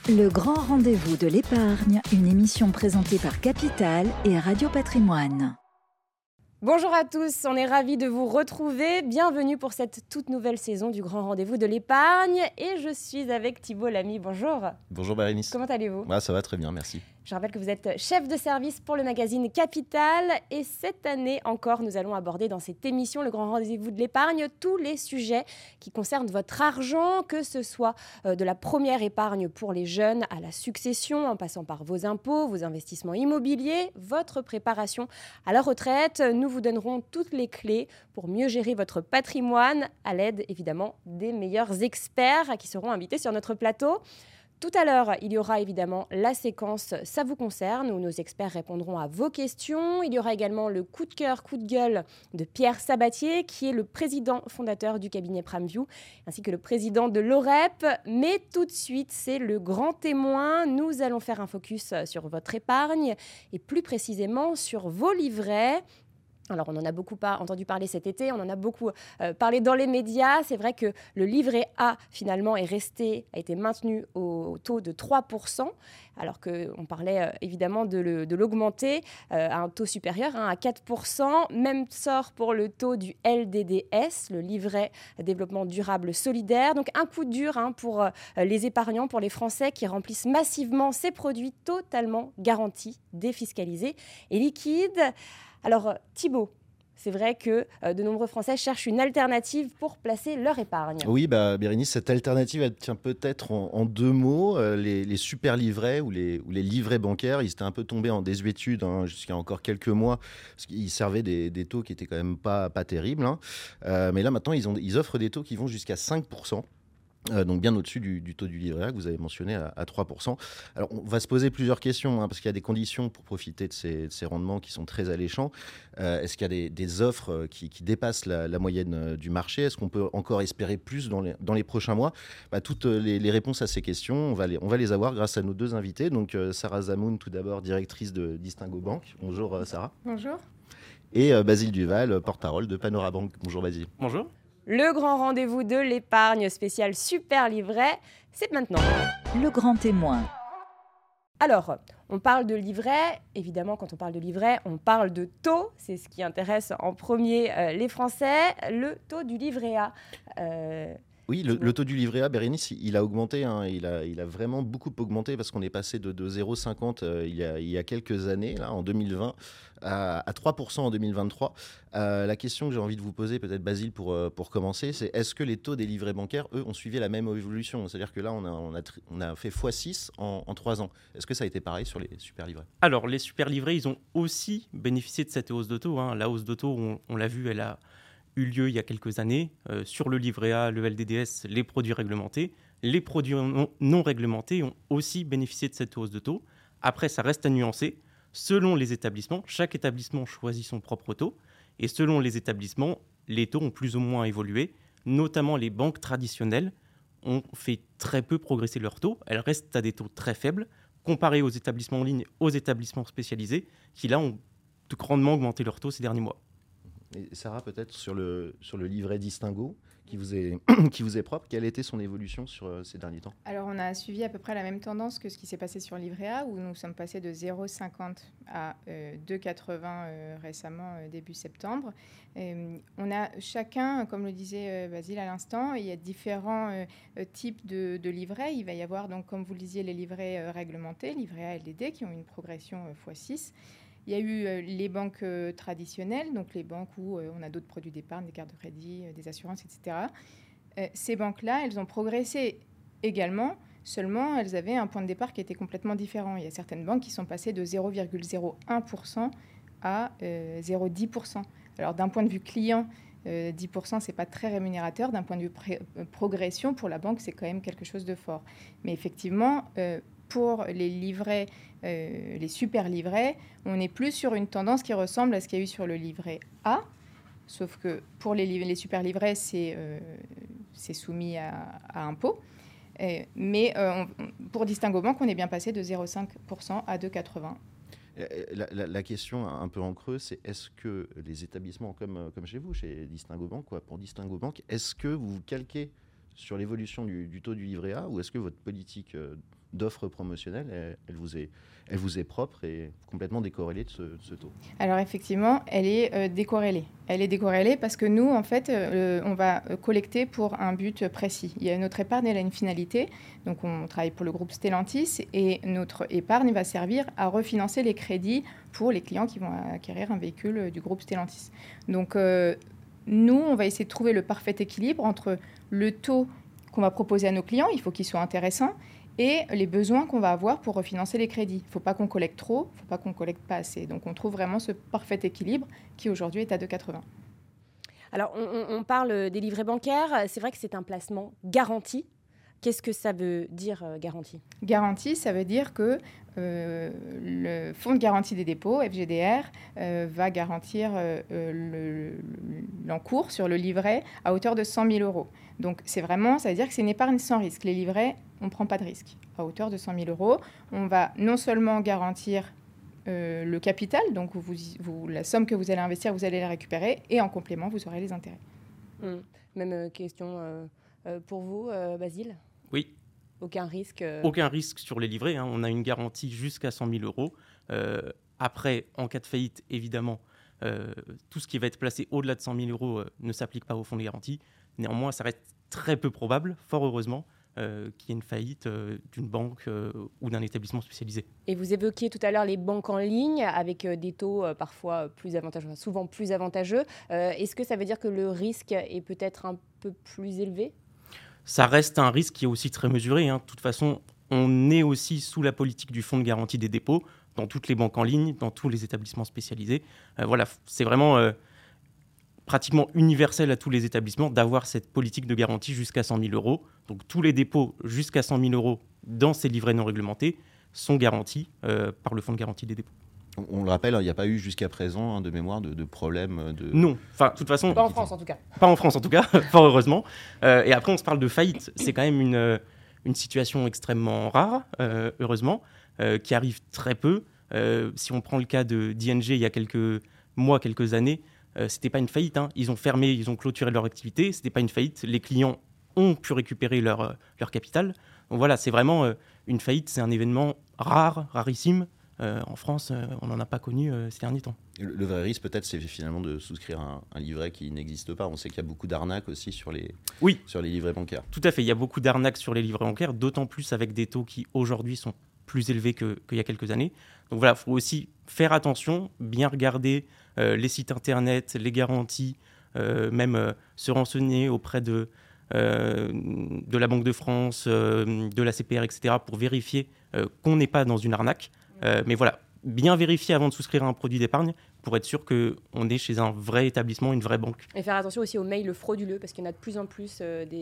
Le grand rendez-vous de l'épargne, une émission présentée par Capital et Radio Patrimoine. Bonjour à tous, on est ravis de vous retrouver. Bienvenue pour cette toute nouvelle saison du grand rendez-vous de l'épargne. Et je suis avec Thibault Lamy. Bonjour. Bonjour Bérénice. Comment allez-vous ? Ça va très bien, merci. Je rappelle que vous êtes chef de service pour le magazine Capital. Et cette année encore, nous allons aborder dans cette émission, le grand rendez-vous de l'épargne, tous les sujets qui concernent votre argent, que ce soit de la première épargne pour les jeunes à la succession, en passant par vos impôts, vos investissements immobiliers, votre préparation à la retraite. Nous vous donnerons toutes les clés pour mieux gérer votre patrimoine à l'aide évidemment des meilleurs experts qui seront invités sur notre plateau. Tout à l'heure, il y aura évidemment la séquence « Ça vous concerne » où nos experts répondront à vos questions. Il y aura également le coup de cœur, coup de gueule de Pierre Sabatier, qui est le président fondateur du cabinet PrimeView, ainsi que le président de l'OREP. Mais tout de suite, c'est le grand témoin. Nous allons faire un focus sur votre épargne et plus précisément sur vos livrets. Alors, on en a beaucoup entendu parler cet été, on en a beaucoup parlé dans les médias. C'est vrai que le livret A, finalement, a été maintenu au taux de 3%, alors qu'on parlait évidemment de l'augmenter à un taux supérieur, à 4%. Même sort pour le taux du LDDS, le livret développement durable solidaire. Donc, un coup dur pour les épargnants, pour les Français qui remplissent massivement ces produits totalement garantis, défiscalisés et liquides. Alors Thibault, c'est vrai que de nombreux Français cherchent une alternative pour placer leur épargne. Oui, Bérénice, cette alternative, elle tient peut-être en deux mots. Les super livrets ou les livrets bancaires, ils étaient un peu tombés en désuétude jusqu'à encore quelques mois, parce qu'ils servaient des taux qui étaient quand même pas terribles. Mais là, maintenant, ils offrent des taux qui vont jusqu'à 5%. Donc bien au-dessus du taux du livret A que vous avez mentionné à 3%. Alors on va se poser plusieurs questions parce qu'il y a des conditions pour profiter de ces rendements qui sont très alléchants. Est-ce qu'il y a des offres qui dépassent la moyenne du marché ? Est-ce qu'on peut encore espérer plus dans les prochains mois ? Toutes les réponses à ces questions, on va les avoir grâce à nos deux invités. Donc Sarah Zamoun, tout d'abord directrice de Distingo Banque. Bonjour Sarah. Bonjour. Et Basile Duval, porte-parole de Panorabank. Bonjour Basile. Bonjour. Le grand rendez-vous de l'épargne spécial super livret, c'est maintenant. Le grand témoin. Alors, on parle de livret. Évidemment, quand on parle de livret, on parle de taux. C'est ce qui intéresse en premier les Français. Le taux du livret A. Oui, le taux du livret A, Bérénice, il a augmenté. Il a vraiment beaucoup augmenté parce qu'on est passé de 0,50 il y a quelques années, là, en 2020, à 3% en 2023. La question que j'ai envie de vous poser, peut-être Basile, pour commencer, c'est est-ce que les taux des livrets bancaires, eux, ont suivi la même évolution ? C'est-à-dire que là, on a fait x6 en 3 ans. Est-ce que ça a été pareil sur les super livrets ? Alors, les super livrets, ils ont aussi bénéficié de cette hausse de taux. La hausse de taux, on l'a vu, elle a eu lieu il y a quelques années. Sur le livret A, le LDDS, les produits réglementés. Les produits non réglementés ont aussi bénéficié de cette hausse de taux. Après, ça reste à nuancer. Selon les établissements, chaque établissement choisit son propre taux. Et selon les établissements, les taux ont plus ou moins évolué. Notamment les banques traditionnelles ont fait très peu progresser leurs taux. Elles restent à des taux très faibles, comparés aux établissements en ligne, aux établissements spécialisés, qui là ont grandement augmenté leurs taux ces derniers mois. Et Sarah, peut-être sur le livret Distingo qui vous est propre, quelle était son évolution sur ces derniers temps ? Alors, on a suivi à peu près la même tendance que ce qui s'est passé sur livret A, où nous sommes passés de 0,50 à 2,80 récemment, début septembre. On a chacun, comme le disait Basile à l'instant, il y a différents types de livrets. Il va y avoir, donc, comme vous le disiez, les livrets réglementés, livrets A, LDD, qui ont une progression x6. Il y a eu les banques traditionnelles, donc les banques où on a d'autres produits d'épargne, des cartes de crédit, des assurances, etc. Ces banques-là, elles ont progressé également, seulement elles avaient un point de départ qui était complètement différent. Il y a certaines banques qui sont passées de 0,01% à 0,10%. Alors d'un point de vue client, 10%, ce n'est pas très rémunérateur. D'un point de vue progression, pour la banque, c'est quand même quelque chose de fort. Mais effectivement, pour les livrets, les super livrets, on est plus sur une tendance qui ressemble à ce qu'il y a eu sur le livret A, sauf que pour les super livrets, c'est soumis à impôt. Mais pour Distingo Banque, on est bien passé de 0,5% à 2,80%. La question un peu en creux, c'est est-ce que les établissements comme chez vous, chez Distingo Banque, pour Distingo Banque, est-ce que vous vous calquez sur l'évolution du taux du livret A ou est-ce que votre politique d'offre promotionnelle, elle vous est propre et complètement décorrélée de ce taux. Alors effectivement, elle est décorrélée. Elle est décorrélée parce que nous, en fait, on va collecter pour un but précis. Notre épargne, elle a une finalité. Donc on travaille pour le groupe Stellantis et notre épargne va servir à refinancer les crédits pour les clients qui vont acquérir un véhicule du groupe Stellantis. Donc nous, on va essayer de trouver le parfait équilibre entre le taux qu'on va proposer à nos clients, il faut qu'il soit intéressant, et les besoins qu'on va avoir pour refinancer les crédits. Il ne faut pas qu'on collecte trop, il ne faut pas qu'on collecte pas assez. Donc on trouve vraiment ce parfait équilibre qui aujourd'hui est à 2,80. Alors on parle des livrets bancaires, c'est vrai que c'est un placement garanti. Qu'est-ce que ça veut dire garantie ? Garantie, ça veut dire que le Fonds de garantie des dépôts, FGDR, va garantir l'encours sur le livret à hauteur de 100 000 euros. Donc c'est vraiment, ça veut dire que c'est une épargne sans risque. Les livrets, on ne prend pas de risque. À hauteur de 100 000 euros, on va non seulement garantir le capital, donc la somme que vous allez investir, vous allez la récupérer, et en complément, vous aurez les intérêts. Même question pour vous, Basile ? Oui. Aucun risque Aucun risque sur les livrets. On a une garantie jusqu'à 100 000 euros. Après, en cas de faillite, évidemment, tout ce qui va être placé au-delà de 100 000 euros ne s'applique pas au fonds de garantie. Néanmoins, ça reste très peu probable, fort heureusement, qu'il y ait une faillite d'une banque ou d'un établissement spécialisé. Et vous évoquiez tout à l'heure les banques en ligne avec des taux parfois plus avantageux, souvent plus avantageux. Est-ce que ça veut dire que le risque est peut-être un peu plus élevé ? Ça reste un risque qui est aussi très mesuré. De toute façon, on est aussi sous la politique du fonds de garantie des dépôts, dans toutes les banques en ligne, dans tous les établissements spécialisés. Voilà, c'est vraiment pratiquement universel à tous les établissements d'avoir cette politique de garantie jusqu'à 100 000 euros. Donc tous les dépôts jusqu'à 100 000 euros dans ces livrets non réglementés sont garantis par le fonds de garantie des dépôts. On le rappelle, il n'y a pas eu jusqu'à présent de mémoire de problème de... Non, enfin, de toute façon... Pas en France, en tout cas. Pas en France, en tout cas, fort heureusement. Et après, on se parle de faillite. C'est quand même une situation extrêmement rare, heureusement, qui arrive très peu. Si on prend le cas d'ING il y a quelques mois, quelques années, c'était pas une faillite. Ils ont fermé, ils ont clôturé leur activité. C'était pas une faillite. Les clients ont pu récupérer leur capital. Donc voilà, c'est vraiment une faillite. C'est un événement rare, rarissime. En France, on n'en a pas connu ces derniers temps. Le vrai risque, peut-être, c'est finalement de souscrire un livret qui n'existe pas. On sait qu'il y a beaucoup d'arnaques aussi sur les livrets bancaires. Tout à fait, il y a beaucoup d'arnaques sur les livrets bancaires, d'autant plus avec des taux qui, aujourd'hui, sont plus élevés qu'il y a quelques années. Donc voilà, il faut aussi faire attention, bien regarder les sites Internet, les garanties, même se renseigner auprès de la Banque de France, de la CPR, etc., pour vérifier qu'on n'est pas dans une arnaque. Mais voilà, bien vérifier avant de souscrire à un produit d'épargne pour être sûr qu'on est chez un vrai établissement, une vraie banque. Et faire attention aussi aux mails frauduleux, parce qu'il y en a de plus en plus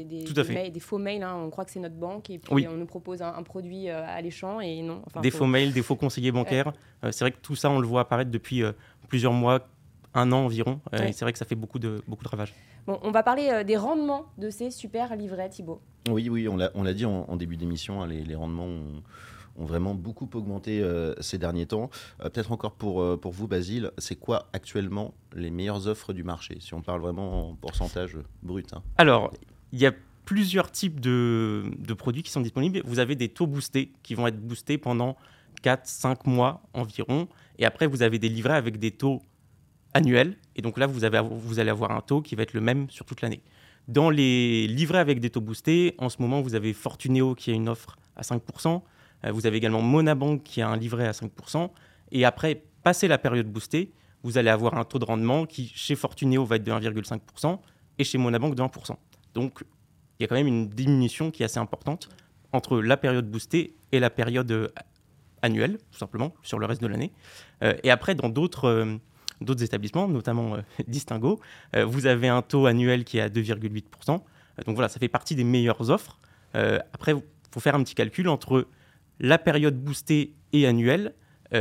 des faux mails. On croit que c'est notre banque et puis on nous propose un produit alléchant et non. Des faux mails, des faux conseillers bancaires. C'est vrai que tout ça, on le voit apparaître depuis plusieurs mois, un an environ. Et c'est vrai que ça fait beaucoup de ravages. Bon, on va parler des rendements de ces super livrets, Thibaut. Oui, on l'a dit en début d'émission, les rendements ont vraiment beaucoup augmenté ces derniers temps. Peut-être encore pour vous, Basile, c'est quoi actuellement les meilleures offres du marché, si on parle vraiment en pourcentage brut Alors, il y a plusieurs types de produits qui sont disponibles. Vous avez des taux boostés qui vont être boostés pendant 4-5 mois environ. Et après, vous avez des livrets avec des taux annuels. Et donc là, vous allez avoir un taux qui va être le même sur toute l'année. Dans les livrets avec des taux boostés, en ce moment, vous avez Fortunéo qui a une offre à 5%. Vous avez également Monabank qui a un livret à 5%. Et après, passé la période boostée, vous allez avoir un taux de rendement qui, chez Fortunéo, va être de 1,5% et chez Monabank de 1%. Donc, il y a quand même une diminution qui est assez importante entre la période boostée et la période annuelle, tout simplement, sur le reste de l'année. Et après, dans d'autres établissements, notamment Distingo, vous avez un taux annuel qui est à 2,8%. Donc voilà, ça fait partie des meilleures offres. Après, il faut faire un petit calcul entre la période boostée et annuelle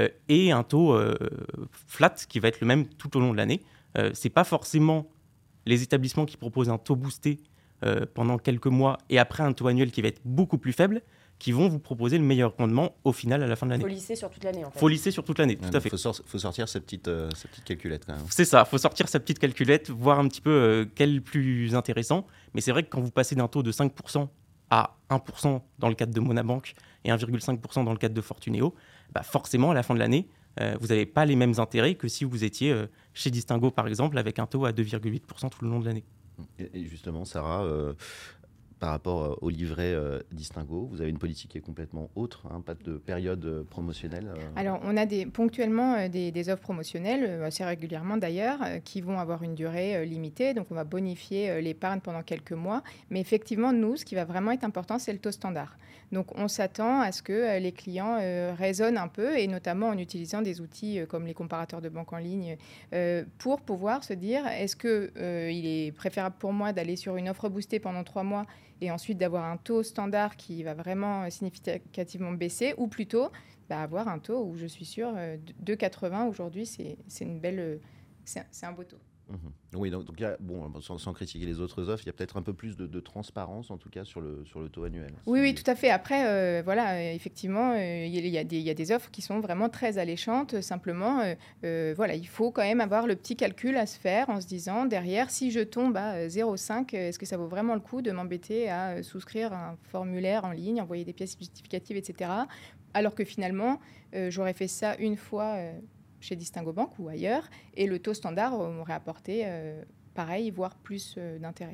et un taux flat qui va être le même tout au long de l'année. Ce n'est pas forcément les établissements qui proposent un taux boosté pendant quelques mois et après un taux annuel qui va être beaucoup plus faible qui vont vous proposer le meilleur rendement au final à la fin de l'année. Il faut lisser sur toute l'année, en fait. Il faut lisser sur toute l'année, tout à fait. Il faut sortir sa petite calculette, quand même. C'est ça, il faut sortir sa petite calculette, voir un petit peu quel est le plus intéressant. Mais c'est vrai que quand vous passez d'un taux de 5% à 1% dans le cadre de Monabank et 1,5% dans le cadre de Fortuneo, forcément, à la fin de l'année, vous n'avez pas les mêmes intérêts que si vous étiez chez Distingo, par exemple, avec un taux à 2,8% tout le long de l'année. Et justement, Sarah, par rapport au livret Distingo, vous avez une politique qui est complètement autre, pas de période promotionnelle Alors, on a ponctuellement des offres promotionnelles, assez régulièrement d'ailleurs, qui vont avoir une durée limitée. Donc, on va bonifier l'épargne pendant quelques mois. Mais effectivement, nous, ce qui va vraiment être important, c'est le taux standard. Donc, on s'attend à ce que les clients raisonnent un peu, et notamment en utilisant des outils comme les comparateurs de banque en ligne, pour pouvoir se dire, est-ce qu'il est préférable pour moi d'aller sur une offre boostée pendant 3 mois et ensuite d'avoir un taux standard qui va vraiment significativement baisser, ou plutôt avoir un taux où je suis sûre, 2,80 aujourd'hui, c'est un beau taux. Oui, donc il y a, sans critiquer les autres offres, il y a peut-être un peu plus de transparence, en tout cas, sur le taux annuel. Oui, tout à fait. Après, effectivement, il y a des offres qui sont vraiment très alléchantes. Simplement, il faut quand même avoir le petit calcul à se faire en se disant, derrière, si je tombe à 0,5, est-ce que ça vaut vraiment le coup de m'embêter à souscrire un formulaire en ligne, envoyer des pièces justificatives, etc. Alors que finalement, j'aurais fait ça une fois chez Distingo Bank ou ailleurs, et le taux standard m'aurait apporté pareil, voire plus d'intérêt.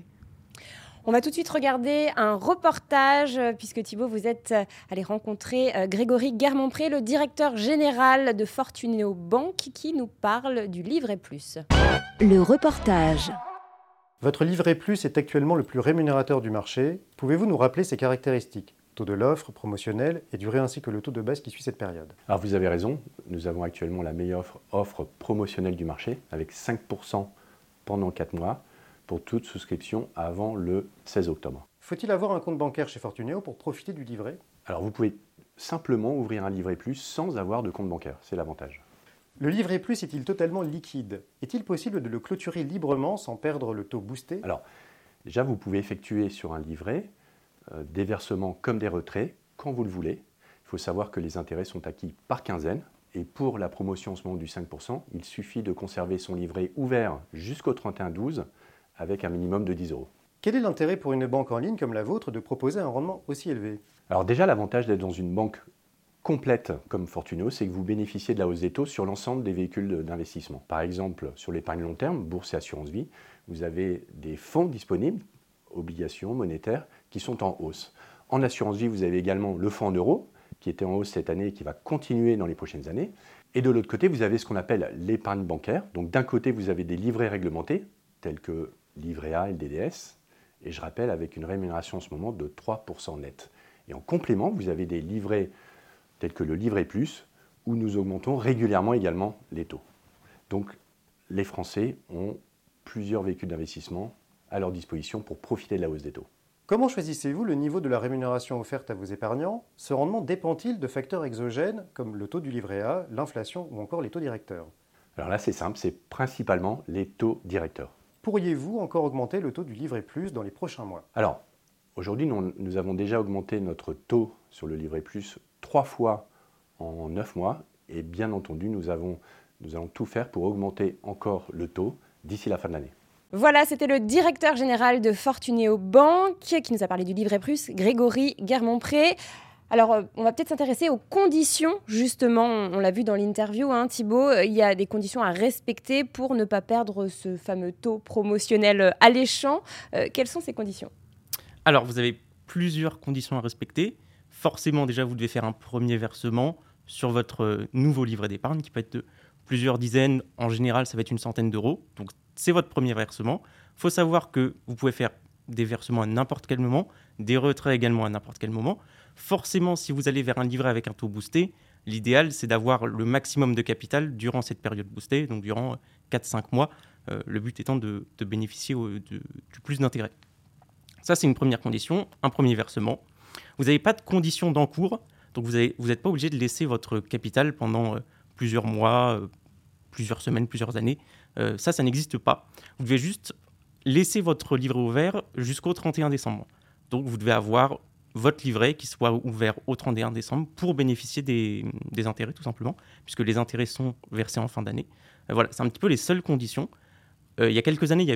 On va tout de suite regarder un reportage, puisque Thibaut, vous êtes allé rencontrer Grégory Guermont-Pré, le directeur général de Fortuneo Bank, qui nous parle du Livret Plus. Le reportage. Votre Livret Plus est actuellement le plus rémunérateur du marché. Pouvez-vous nous rappeler ses caractéristiques ? Taux de l'offre, promotionnel et durée ainsi que le taux de base qui suit cette période. Alors vous avez raison, nous avons actuellement la meilleure offre promotionnelle du marché avec 5% pendant 4 mois pour toute souscription avant le 16 octobre. Faut-il avoir un compte bancaire chez Fortuneo pour profiter du livret ? Alors vous pouvez simplement ouvrir un Livret Plus sans avoir de compte bancaire, c'est l'avantage. Le Livret Plus est-il totalement liquide ? Est-il possible de le clôturer librement sans perdre le taux boosté ? Alors déjà vous pouvez effectuer sur un livret des versements comme des retraits, quand vous le voulez. Il faut savoir que les intérêts sont acquis par quinzaine. Et pour la promotion en ce moment du 5%, il suffit de conserver son livret ouvert jusqu'au 31/12 avec un minimum de 10 €. Quel est l'intérêt pour une banque en ligne comme la vôtre de proposer un rendement aussi élevé ? Alors déjà, l'avantage d'être dans une banque complète comme Fortuneo, c'est que vous bénéficiez de la hausse des taux sur l'ensemble des véhicules d'investissement. Par exemple, sur l'épargne long terme, bourse et assurance vie, vous avez des fonds disponibles, obligations monétaires, qui sont en hausse. En assurance vie, vous avez également le fonds en euros, qui était en hausse cette année et qui va continuer dans les prochaines années. Et de l'autre côté, vous avez ce qu'on appelle l'épargne bancaire. Donc d'un côté, vous avez des livrets réglementés, tels que Livret A et le DDS, et je rappelle, avec une rémunération en ce moment de 3% net. Et en complément, vous avez des livrets tels que le Livret Plus, où nous augmentons régulièrement également les taux. Donc les Français ont plusieurs véhicules d'investissement à leur disposition pour profiter de la hausse des taux. Comment choisissez-vous le niveau de la rémunération offerte à vos épargnants ? Ce rendement dépend-il de facteurs exogènes comme le taux du livret A, l'inflation ou encore les taux directeurs ? Alors là, c'est simple, c'est principalement les taux directeurs. Pourriez-vous encore augmenter le taux du Livret Plus dans les prochains mois ? Alors, aujourd'hui, nous avons déjà augmenté notre taux sur le Livret Plus 3 fois en 9 mois. Et bien entendu, nous allons tout faire pour augmenter encore le taux d'ici la fin de l'année. Voilà, c'était le directeur général de Fortuneo Bank qui nous a parlé du Livret Plus, Grégory Guermont-Pré. Alors, on va peut-être s'intéresser aux conditions, justement. On l'a vu dans l'interview, Thibaut, il y a des conditions à respecter pour ne pas perdre ce fameux taux promotionnel alléchant. Quelles sont ces conditions ? Alors, vous avez plusieurs conditions à respecter. Forcément, déjà, vous devez faire un premier versement sur votre nouveau livret d'épargne qui peut être de plusieurs dizaines. En général, ça va être une centaine d'euros. Donc, c'est votre premier versement. Il faut savoir que vous pouvez faire des versements à n'importe quel moment, des retraits également à n'importe quel moment. Forcément, si vous allez vers un livret avec un taux boosté, l'idéal, c'est d'avoir le maximum de capital durant cette période boostée, donc durant 4-5 mois, le but étant de bénéficier du plus d'intérêt. Ça, c'est une première condition, un premier versement. Vous n'avez pas de conditions d'encours, donc vous n'êtes pas obligé de laisser votre capital pendant plusieurs mois, plusieurs semaines, plusieurs années. Ça n'existe pas. Vous devez juste laisser votre livret ouvert jusqu'au 31 décembre. Donc, vous devez avoir votre livret qui soit ouvert au 31 décembre pour bénéficier des intérêts, tout simplement, puisque les intérêts sont versés en fin d'année. Voilà, c'est un petit peu les seules conditions. Il y a quelques années, il y avait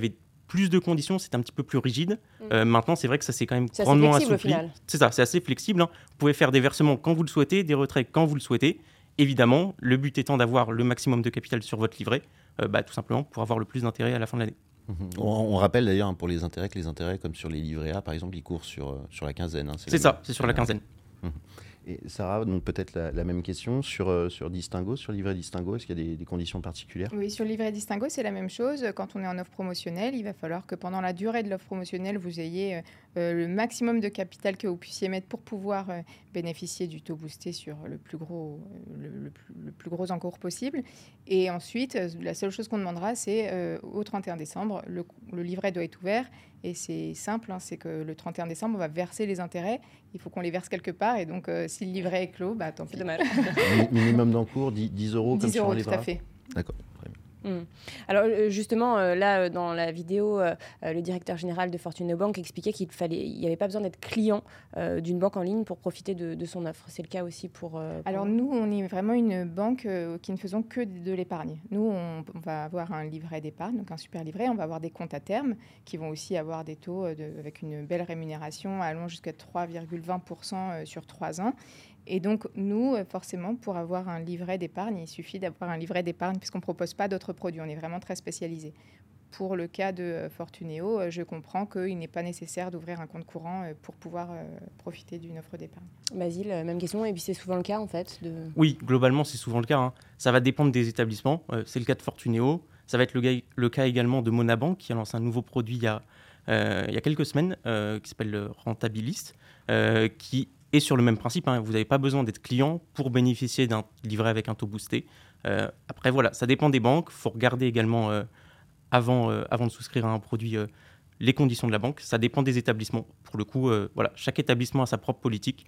plus de conditions, c'est un petit peu plus rigide. Maintenant, c'est vrai que ça s'est quand même C'est assez grandement flexible, au assoupli. final. C'est ça, c'est assez flexible. Vous pouvez faire des versements quand vous le souhaitez, des retraits quand vous le souhaitez. Évidemment, le but étant d'avoir le maximum de capital sur votre livret, tout simplement pour avoir le plus d'intérêt à la fin de l'année. On rappelle d'ailleurs pour les intérêts que les intérêts, comme sur les livrets A, par exemple, ils courent sur la quinzaine. C'est ça, c'est sur la quinzaine. Et Sarah, donc peut-être la même question sur Distingo, sur livret Distingo, est-ce qu'il y a des conditions particulières? Oui, sur le livret Distingo, c'est la même chose. Quand on est en offre promotionnelle, il va falloir que pendant la durée de l'offre promotionnelle, vous ayez le maximum de capital que vous puissiez mettre pour pouvoir bénéficier du taux boosté sur le plus gros encours possible. Et ensuite, la seule chose qu'on demandera, c'est au 31 décembre, le livret doit être ouvert. Et c'est simple, c'est que le 31 décembre, on va verser les intérêts. Il faut qu'on les verse quelque part. Et donc, si le livret est clos, tant pis. C'est dommage. Minimum d'encours, 10 euros comme 10 sur un euros, tout livret à A. fait. D'accord, très bien. Alors justement, là, dans la vidéo, le directeur général de Fortuneo Bank expliquait qu'il n'y avait pas besoin d'être client d'une banque en ligne pour profiter de son offre. C'est le cas aussi pour... Alors nous, on est vraiment une banque qui ne faisons que de l'épargne. Nous, on va avoir un livret d'épargne, donc un super livret. On va avoir des comptes à terme qui vont aussi avoir des taux avec une belle rémunération allant jusqu'à 3,20% sur 3 ans. Et donc, nous, forcément, pour avoir un livret d'épargne, il suffit d'avoir un livret d'épargne puisqu'on ne propose pas d'autres produits. On est vraiment très spécialisé. Pour le cas de Fortuneo, je comprends qu'il n'est pas nécessaire d'ouvrir un compte courant pour pouvoir profiter d'une offre d'épargne. Basile, même question. Et puis, c'est souvent le cas, en fait. Oui, globalement, c'est souvent le cas. Ça va dépendre des établissements. C'est le cas de Fortuneo. Ça va être le cas également de Monabank, qui a lancé un nouveau produit il y a quelques semaines, qui s'appelle Rentabiliste, qui est sur le même principe. Vous n'avez pas besoin d'être client pour bénéficier d'un livret avec un taux boosté. Après, voilà, ça dépend des banques. Il faut regarder également, avant de souscrire à un produit, les conditions de la banque. Ça dépend des établissements. Pour le coup, voilà, chaque établissement a sa propre politique.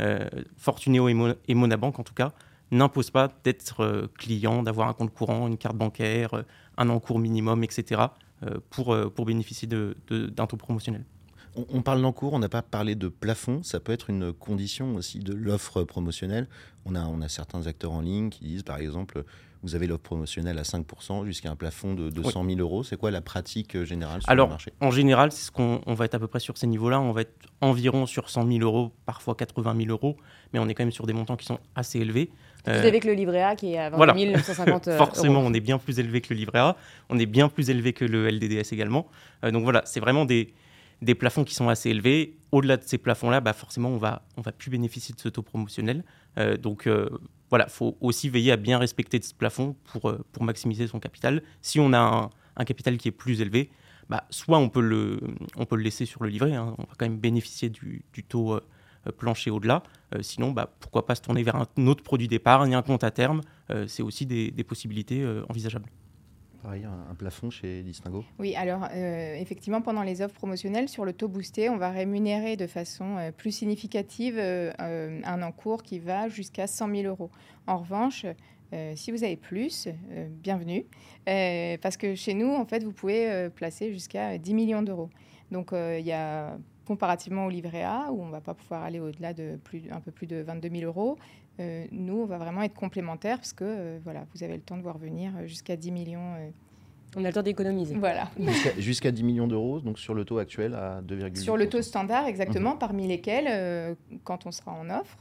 Fortuneo et Monabank, en tout cas, n'imposent pas d'être client, d'avoir un compte courant, une carte bancaire, un encours minimum, etc. Pour bénéficier d'un taux promotionnel. On parle d'encours, on n'a pas parlé de plafond. Ça peut être une condition aussi de l'offre promotionnelle. On a certains acteurs en ligne qui disent, par exemple, vous avez l'offre promotionnelle à 5% jusqu'à un plafond de 200 000 euros. C'est quoi la pratique générale sur le marché? En général, c'est on va être à peu près sur ces niveaux-là. On va être environ sur 100 000 euros, parfois 80 000 euros. Mais on est quand même sur des montants qui sont assez élevés. Plus élevé que le livret A qui est à 22 950 euros. Forcément, on est bien plus élevé que le livret A. On est bien plus élevé que le LDDS également. Donc voilà, c'est vraiment des plafonds qui sont assez élevés. Au-delà de ces plafonds-là, forcément, on va plus bénéficier de ce taux promotionnel. Donc voilà, il faut aussi veiller à bien respecter ce plafond pour maximiser son capital. Si on a un capital qui est plus élevé, soit on peut le laisser sur le livret. On va quand même bénéficier du taux plancher au-delà. Sinon, pourquoi pas se tourner vers un autre produit d'épargne, un compte à terme. C'est aussi des possibilités envisageables. Pareil, un plafond chez Distingo? Oui, alors effectivement, pendant les offres promotionnelles, sur le taux boosté, on va rémunérer de façon plus significative un encours qui va jusqu'à 100 000 euros. En revanche, si vous avez plus, bienvenue, parce que chez nous, en fait, vous pouvez placer jusqu'à 10 millions d'euros. Donc, il y a, comparativement au livret A, où on ne va pas pouvoir aller au-delà de un peu plus de 22 000 euros, nous, on va vraiment être complémentaires parce que vous avez le temps de voir venir jusqu'à 10 millions. On a le temps d'économiser. Voilà. Jusqu'à 10 millions d'euros, donc sur le taux actuel à 2,8%. Sur le taux standard, exactement, parmi lesquels, quand on sera en offre,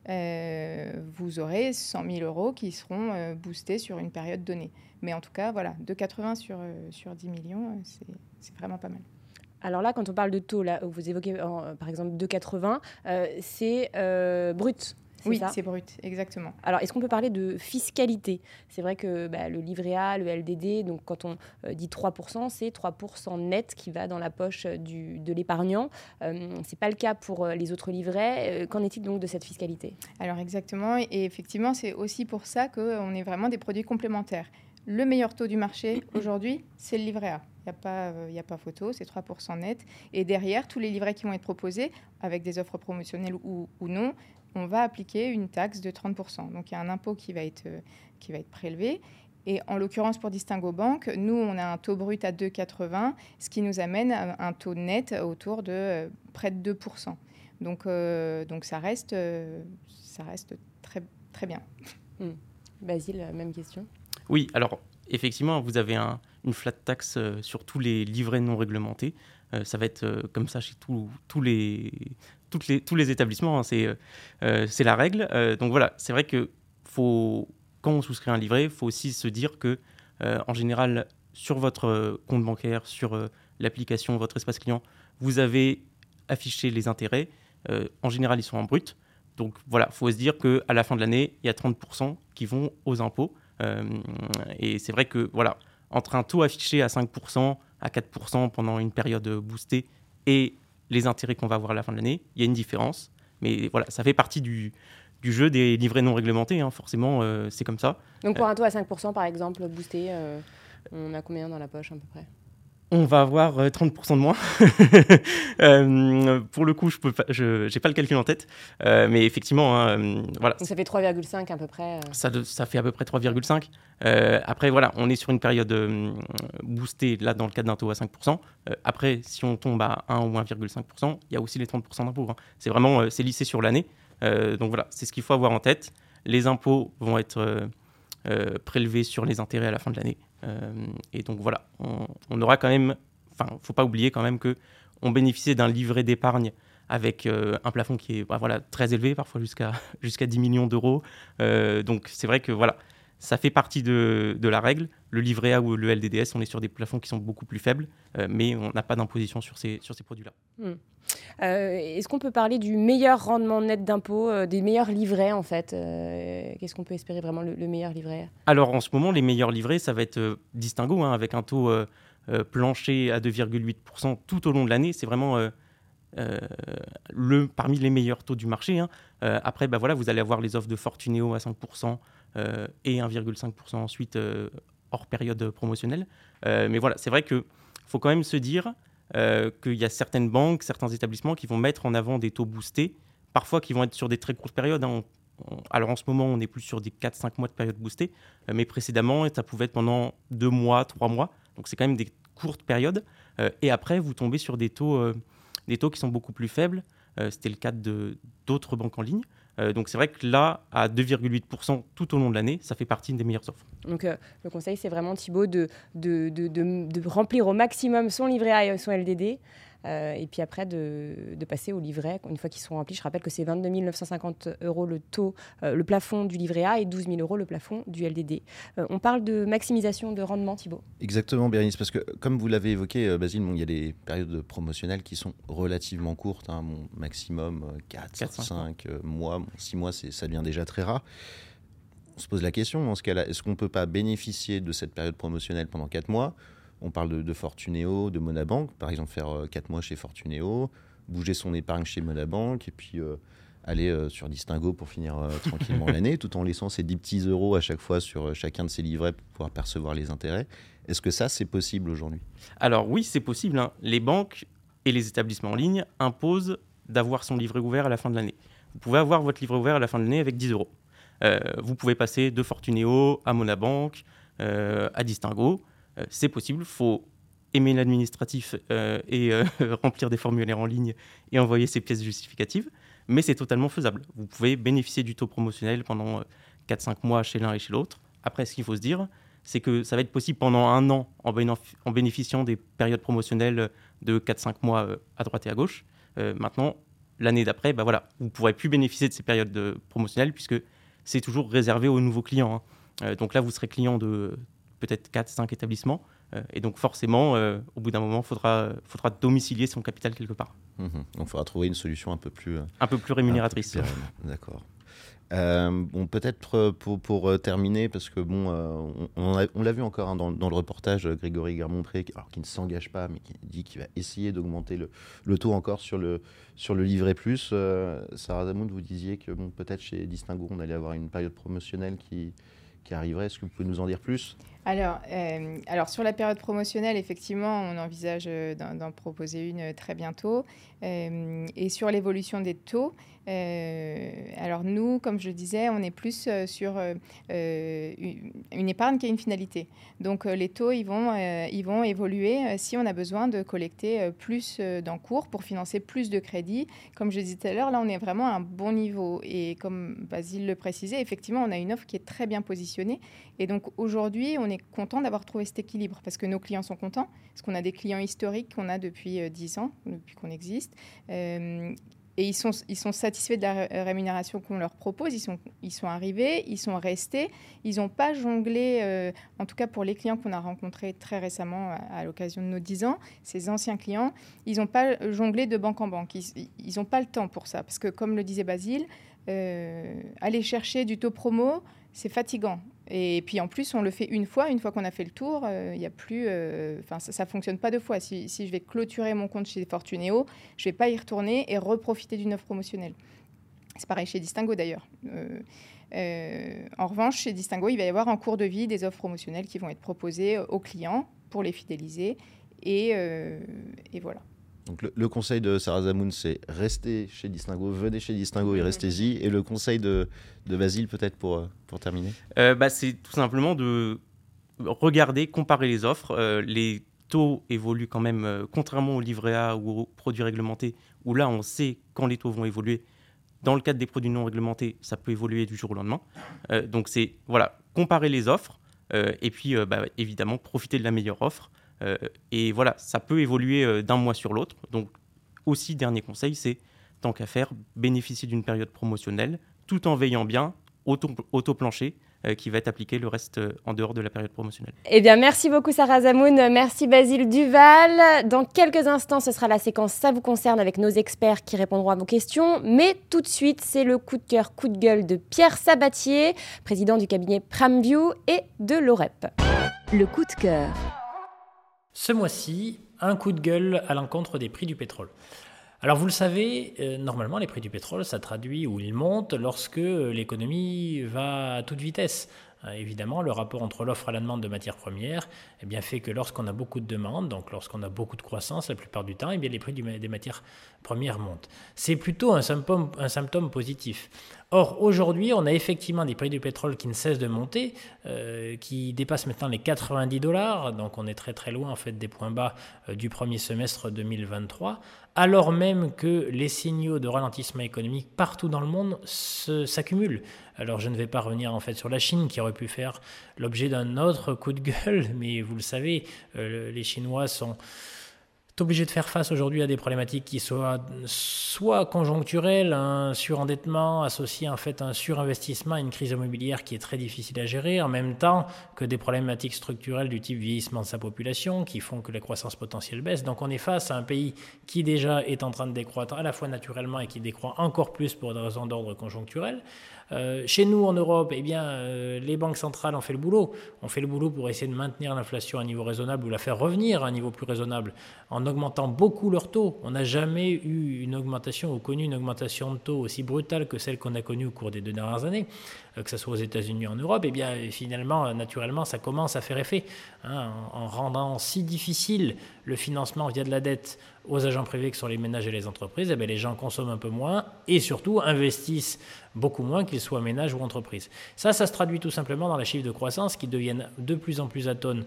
vous aurez 100 000 euros qui seront boostés sur une période donnée. Mais en tout cas, voilà, 2,80 sur 10 millions, c'est vraiment pas mal. Alors là, quand on parle de taux, là, vous évoquez par exemple 2,80, c'est brut. Oui, c'est brut, exactement. Alors, est-ce qu'on peut parler de fiscalité? C'est vrai que le livret A, le LDD, donc quand on dit 3%, c'est 3% net qui va dans la poche de l'épargnant. Ce n'est pas le cas pour les autres livrets. Qu'en est-il donc de cette fiscalité? Alors exactement, et effectivement, c'est aussi pour ça qu'on est vraiment des produits complémentaires. Le meilleur taux du marché aujourd'hui, c'est le livret A. Il n'y a pas photo, c'est 3% net. Et derrière, tous les livrets qui vont être proposés, avec des offres promotionnelles ou non, on va appliquer une taxe de 30%. Donc, il y a un impôt qui va être prélevé. Et en l'occurrence, pour Distingo Bank, nous, on a un taux brut à 2,80, ce qui nous amène à un taux net autour de près de 2%. Donc ça reste très, très bien. Basile, même question. Oui, alors effectivement, vous avez une flat tax sur tous les livrets non réglementés. Ça va être comme ça chez tous les établissements. Hein. C'est la règle. Donc voilà, c'est vrai que quand on souscrit un livret, il faut aussi se dire que, en général, sur votre compte bancaire, sur l'application, votre espace client, vous avez affiché les intérêts. En général, ils sont en brut. Donc voilà, il faut se dire qu'à la fin de l'année, il y a 30% qui vont aux impôts. Et c'est vrai que, voilà, entre un taux affiché à 5%, à 4% pendant une période boostée et les intérêts qu'on va avoir à la fin de l'année, il y a une différence. Mais voilà, ça fait partie du jeu des livrets non réglementés, hein. Forcément, c'est comme ça. Donc pour un taux à 5%, par exemple, boosté, on a combien dans la poche à peu près ? On va avoir 30% de moins. Pour le coup, je n'ai pas le calcul en tête. Mais effectivement, hein, voilà. Donc ça fait 3,5 à peu près. Ça fait à peu près 3,5. Après, voilà, on est sur une période boostée, là, dans le cadre d'un taux à 5%. Après, si on tombe à 1 ou 1,5%, il y a aussi les 30% d'impôts. Hein. C'est vraiment c'est lissé sur l'année. Donc voilà, c'est ce qu'il faut avoir en tête. Les impôts vont être prélevés sur les intérêts à la fin de l'année. Et donc voilà, on aura quand même, enfin, il ne faut pas oublier quand même qu'on bénéficie d'un livret d'épargne avec un plafond qui est très élevé, parfois jusqu'à 10 millions d'euros. Donc c'est vrai que voilà, ça fait partie de la règle. Le livret A ou le LDDS, on est sur des plafonds qui sont beaucoup plus faibles, mais on n'a pas d'imposition sur ces produits-là. Est-ce qu'on peut parler du meilleur rendement net d'impôt, des meilleurs livrets en fait Qu'est-ce qu'on peut espérer vraiment le meilleur livret ? Alors en ce moment, les meilleurs livrets, ça va être Distingo, hein, avec un taux plancher à 2,8% tout au long de l'année. C'est vraiment parmi les meilleurs taux du marché. Hein. Après, vous allez avoir les offres de Fortuneo à 5% et 1,5% ensuite hors période promotionnelle. Mais voilà, c'est vrai qu'il faut quand même se dire qu'il y a certaines banques, certains établissements qui vont mettre en avant des taux boostés, parfois qui vont être sur des très courtes périodes. Hein. Alors en ce moment, on est plus sur des 4-5 mois de période boostée, mais précédemment, ça pouvait être pendant 2 mois, 3 mois. Donc c'est quand même des courtes périodes. Et après, vous tombez sur des taux qui sont beaucoup plus faibles. C'était le cas d'autres banques en ligne. Donc c'est vrai que là, à 2,8% tout au long de l'année, ça fait partie des meilleures offres. Donc le conseil, c'est vraiment, Thibaut, de remplir au maximum son livret A et son LDD, et puis après de passer au livret une fois qu'ils sont remplis. Je rappelle que c'est 22 950 € le taux, le plafond du livret A et 12 000 € le plafond du LDD. On parle de maximisation de rendement, Thibaut. Exactement, Bérénice, parce que comme vous l'avez évoqué, Basile, il y a des périodes promotionnelles qui sont relativement courtes, hein, maximum 4-5 mois, 6 mois, ça devient déjà très rare. On se pose la question, dans ce cas-là, est-ce qu'on ne peut pas bénéficier de cette période promotionnelle pendant 4 mois ? On parle de Fortuneo, de Monabank, par exemple faire 4 mois chez Fortuneo, bouger son épargne chez Monabank et puis aller sur Distingo pour finir tranquillement l'année, tout en laissant ces 10 petits euros à chaque fois sur chacun de ses livrets pour pouvoir percevoir les intérêts. Est-ce que ça, c'est possible aujourd'hui ? Alors oui, c'est possible. Hein. Les banques et les établissements en ligne imposent d'avoir son livret ouvert à la fin de l'année. Vous pouvez avoir votre livret ouvert à la fin de l'année avec 10 euros. Vous pouvez passer de Fortuneo à Monabank, à Distingo. C'est possible, il faut aimer l'administratif et remplir des formulaires en ligne et envoyer ses pièces justificatives, mais c'est totalement faisable. Vous pouvez bénéficier du taux promotionnel pendant 4-5 mois chez l'un et chez l'autre. Après, ce qu'il faut se dire, c'est que ça va être possible pendant 1 an en bénéficiant des périodes promotionnelles de 4-5 mois à droite et à gauche. Maintenant, l'année d'après, vous ne pourrez plus bénéficier de ces périodes promotionnelles puisque c'est toujours réservé aux nouveaux clients. Hein. Donc là, vous serez client de peut-être 4-5 établissements. Et donc forcément, au bout d'un moment, il faudra domicilier son capital quelque part. Donc il faudra trouver une solution un peu plus rémunératrice. D'accord. Peut-être pour terminer, parce que on l'a vu encore hein, dans le reportage, Grégory Garmont-Pré, qui ne s'engage pas, mais qui dit qu'il va essayer d'augmenter le taux encore sur le livret plus. Sarah Zamoun, vous disiez que peut-être chez Distingo, on allait avoir une période promotionnelle qui arriverait. Est-ce que vous pouvez nous en dire plus ? Alors, sur la période promotionnelle, effectivement, on envisage d'en proposer une très bientôt. Et sur l'évolution des taux, alors nous, comme je disais, on est plus sur une épargne qui a une finalité. Donc les taux, ils vont évoluer si on a besoin de collecter plus d'encours pour financer plus de crédits. Comme je disais tout à l'heure, là, on est vraiment à un bon niveau. Et comme Basile le précisait, effectivement, on a une offre qui est très bien positionnée. Et donc aujourd'hui, on est content d'avoir trouvé cet équilibre parce que nos clients sont contents, parce qu'on a des clients historiques qu'on a depuis 10 ans, depuis qu'on existe. Et ils sont satisfaits de la rémunération qu'on leur propose. Ils sont arrivés, ils sont restés. Ils n'ont pas jonglé, en tout cas pour les clients qu'on a rencontrés très récemment à l'occasion de nos 10 ans, ces anciens clients, ils n'ont pas jonglé de banque en banque. Ils n'ont pas le temps pour ça. Parce que comme le disait Basile, aller chercher du taux promo, c'est fatigant. Et puis en plus, on le fait une fois qu'on a fait le tour, il y a plus, ça fonctionne pas deux fois. Si je vais clôturer mon compte chez Fortuneo, je vais pas y retourner et reprofiter d'une offre promotionnelle. C'est pareil chez Distingo d'ailleurs. En revanche, chez Distingo, il va y avoir en cours de vie des offres promotionnelles qui vont être proposées aux clients pour les fidéliser et voilà. Donc le conseil de Sarah Zamoun, c'est restez chez Distingo, venez chez Distingo et restez-y. Et le conseil de Basile, peut-être pour terminer, c'est tout simplement de regarder, comparer les offres. Les taux évoluent quand même, contrairement au livret A ou aux produits réglementés, où là on sait quand les taux vont évoluer. Dans le cadre des produits non réglementés, ça peut évoluer du jour au lendemain. Donc c'est comparer les offres et puis évidemment profiter de la meilleure offre. Et voilà, ça peut évoluer d'un mois sur l'autre. Donc, aussi, dernier conseil, c'est, tant qu'à faire, bénéficier d'une période promotionnelle, tout en veillant bien au taux plancher qui va être appliqué le reste en dehors de la période promotionnelle. Eh bien, merci beaucoup Sarah Zamoun, merci Basile Duval. Dans quelques instants, ce sera la séquence Ça vous concerne avec nos experts qui répondront à vos questions. Mais tout de suite, c'est le coup de cœur, coup de gueule de Pierre Sabatier, président du cabinet Pramview et de l'OREP. Le coup de cœur. Ce mois-ci, un coup de gueule à l'encontre des prix du pétrole. Alors vous le savez, normalement les prix du pétrole, ça traduit où ils montent lorsque l'économie va à toute vitesse. Évidemment, le rapport entre l'offre et la demande de matières premières fait que lorsqu'on a beaucoup de demandes, donc lorsqu'on a beaucoup de croissance, la plupart du temps, les prix des matières premières montent. C'est plutôt un symptôme positif. Or, aujourd'hui, on a effectivement des prix du pétrole qui ne cessent de monter, qui dépassent maintenant les $90, donc on est très très loin en fait des points bas du premier semestre 2023, alors même que les signaux de ralentissement économique partout dans le monde s'accumulent. Alors je ne vais pas revenir en fait sur la Chine qui aurait pu faire l'objet d'un autre coup de gueule, mais vous le savez, les Chinois sont obligés de faire face aujourd'hui à des problématiques qui soient soit conjoncturelles, un surendettement associé en fait à un surinvestissement, une crise immobilière qui est très difficile à gérer, en même temps que des problématiques structurelles du type vieillissement de sa population qui font que la croissance potentielle baisse. Donc on est face à un pays qui déjà est en train de décroître à la fois naturellement et qui décroît encore plus pour des raisons d'ordre conjoncturel. Chez nous, en Europe, les banques centrales ont fait le boulot. On fait le boulot pour essayer de maintenir l'inflation à un niveau raisonnable ou la faire revenir à un niveau plus raisonnable en augmentant beaucoup leurs taux. On n'a jamais eu une augmentation ou connu une augmentation de taux aussi brutale que celle qu'on a connue au cours des 2 dernières années, que ce soit aux États-Unis ou en Europe. Finalement, naturellement, ça commence à faire effet. En rendant si difficile le financement via de la dette aux agents privés que sont les ménages et les entreprises, les gens consomment un peu moins et surtout investissent beaucoup moins, qu'ils soient ménages ou entreprises. Ça se traduit tout simplement dans les chiffres de croissance qui deviennent de plus en plus atones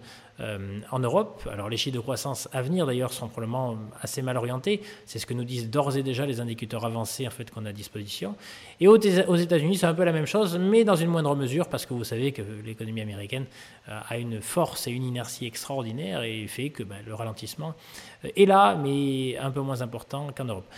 en Europe. Alors les chiffres de croissance à venir d'ailleurs sont probablement assez mal orientés. C'est ce que nous disent d'ores et déjà les indicateurs avancés en fait qu'on a à disposition. Et aux États-Unis, c'est un peu la même chose, mais dans une moindre mesure parce que vous savez que l'économie américaine a une force et une inertie extraordinaire et fait que le ralentissement est là, mais un peu moins important qu'en Europe.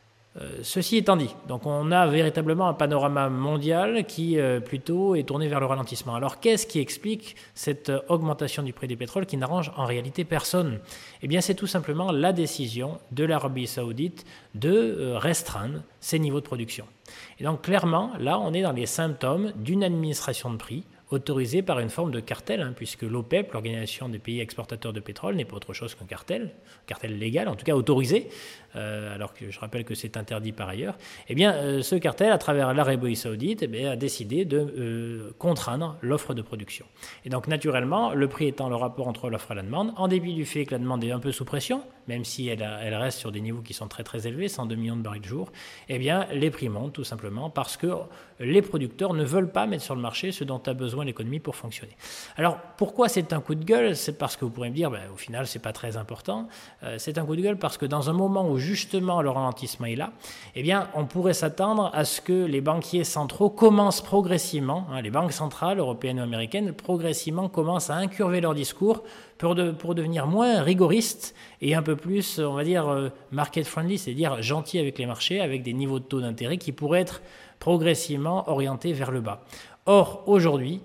Ceci étant dit, donc on a véritablement un panorama mondial qui plutôt est tourné vers le ralentissement. Alors qu'est-ce qui explique cette augmentation du prix du pétrole qui n'arrange en réalité personne ? C'est tout simplement la décision de l'Arabie Saoudite de restreindre ses niveaux de production. Et donc clairement, là on est dans les symptômes d'une administration de prix autorisé par une forme de cartel, puisque l'OPEP, l'Organisation des pays exportateurs de pétrole, n'est pas autre chose qu'un cartel légal, en tout cas autorisé, alors que je rappelle que c'est interdit par ailleurs. Ce cartel, à travers l'Arabie Saoudite, a décidé de contraindre l'offre de production. Et donc naturellement, le prix étant le rapport entre l'offre et la demande, en dépit du fait que la demande est un peu sous pression, même si elle reste sur des niveaux qui sont très très élevés, 102 millions de barils de jour, eh bien les prix montent tout simplement parce que les producteurs ne veulent pas mettre sur le marché ce dont a besoin l'économie pour fonctionner. Alors pourquoi c'est un coup de gueule? C'est parce que vous pourrez me dire, au final c'est pas très important. C'est un coup de gueule parce que dans un moment où justement le ralentissement est là, eh bien on pourrait s'attendre à ce que les banquiers centraux commencent progressivement, les banques centrales européennes ou américaines progressivement commencent à incurver leur discours pour devenir moins rigoristes et un peu plus, on va dire, market friendly, c'est-à-dire gentil avec les marchés, avec des niveaux de taux d'intérêt qui pourraient être progressivement orientés vers le bas. Or, aujourd'hui,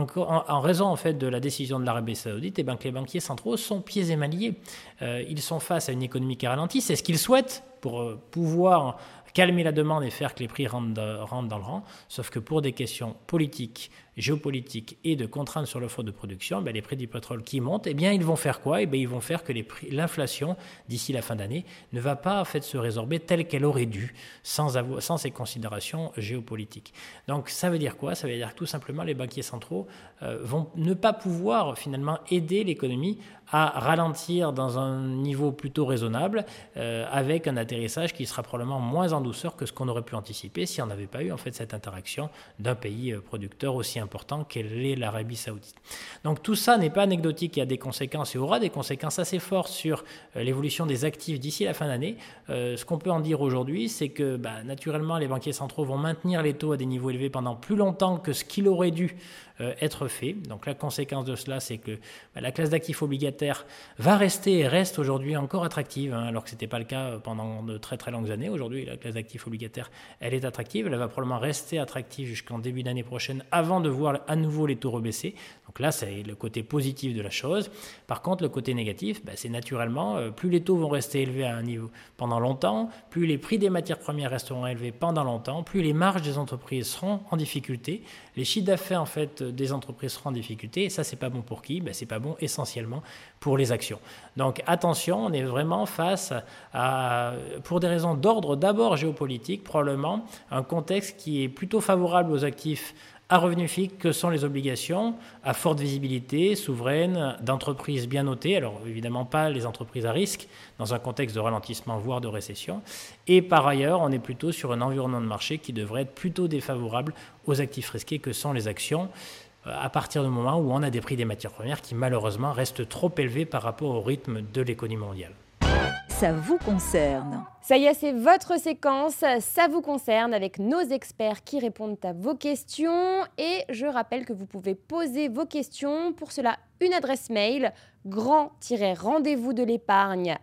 en raison en fait de la décision de l'Arabie Saoudite, que les banquiers centraux sont pieds et mains liés. Ils sont face à une économie qui ralentit, c'est ce qu'ils souhaitent pour pouvoir calmer la demande et faire que les prix rentrent dans le rang, sauf que pour des questions politiques, géopolitiques et de contraintes sur l'offre de production, les prix du pétrole qui montent, ils vont faire quoi? Ils vont faire que l'inflation, d'ici la fin d'année, ne va pas en fait se résorber telle qu'elle aurait dû, sans ces considérations géopolitiques. Donc ça veut dire quoi? Ça veut dire que tout simplement les banquiers centraux vont ne pas pouvoir finalement aider l'économie à ralentir dans un niveau plutôt raisonnable, avec un atterrissage qui sera probablement moins en douceur que ce qu'on aurait pu anticiper si on n'avait pas eu en fait cette interaction d'un pays producteur aussi important qu'elle est l'Arabie Saoudite. Donc tout ça n'est pas anecdotique, il y a des conséquences et aura des conséquences assez fortes sur l'évolution des actifs d'ici la fin d'année. Ce qu'on peut en dire aujourd'hui, c'est que naturellement les banquiers centraux vont maintenir les taux à des niveaux élevés pendant plus longtemps que ce qu'il aurait dû être fait. Donc la conséquence de cela, c'est que la classe d'actifs obligataires va rester et reste aujourd'hui encore attractive, alors que ce n'était pas le cas pendant de très très longues années. Aujourd'hui, la classe d'actifs obligataires, elle est attractive, elle va probablement rester attractive jusqu'en début d'année prochaine avant de voir à nouveau les taux rebaisser. Donc là, c'est le côté positif de la chose. Par contre, le côté négatif, c'est naturellement, plus les taux vont rester élevés à un niveau pendant longtemps, plus les prix des matières premières resteront élevés pendant longtemps, plus les marges des entreprises seront en difficulté, les chiffres d'affaires en fait des entreprises seront en difficulté, et ça c'est pas bon pour qui? C'est pas bon essentiellement pour les actions. Donc attention, on est vraiment face à, pour des raisons d'ordre d'abord géopolitique, probablement un contexte qui est plutôt favorable aux actifs à revenus fixes que sont les obligations à forte visibilité, souveraines, d'entreprises bien notées, alors évidemment pas les entreprises à risque dans un contexte de ralentissement voire de récession, et par ailleurs on est plutôt sur un environnement de marché qui devrait être plutôt défavorable aux actifs risqués que sont les actions, à partir du moment où on a des prix des matières premières qui malheureusement restent trop élevés par rapport au rythme de l'économie mondiale. Ça vous concerne. Ça y est, c'est votre séquence, ça vous concerne, avec nos experts qui répondent à vos questions. Et je rappelle que vous pouvez poser vos questions. Pour cela, une adresse mail, grand-rendez-vous de l'épargne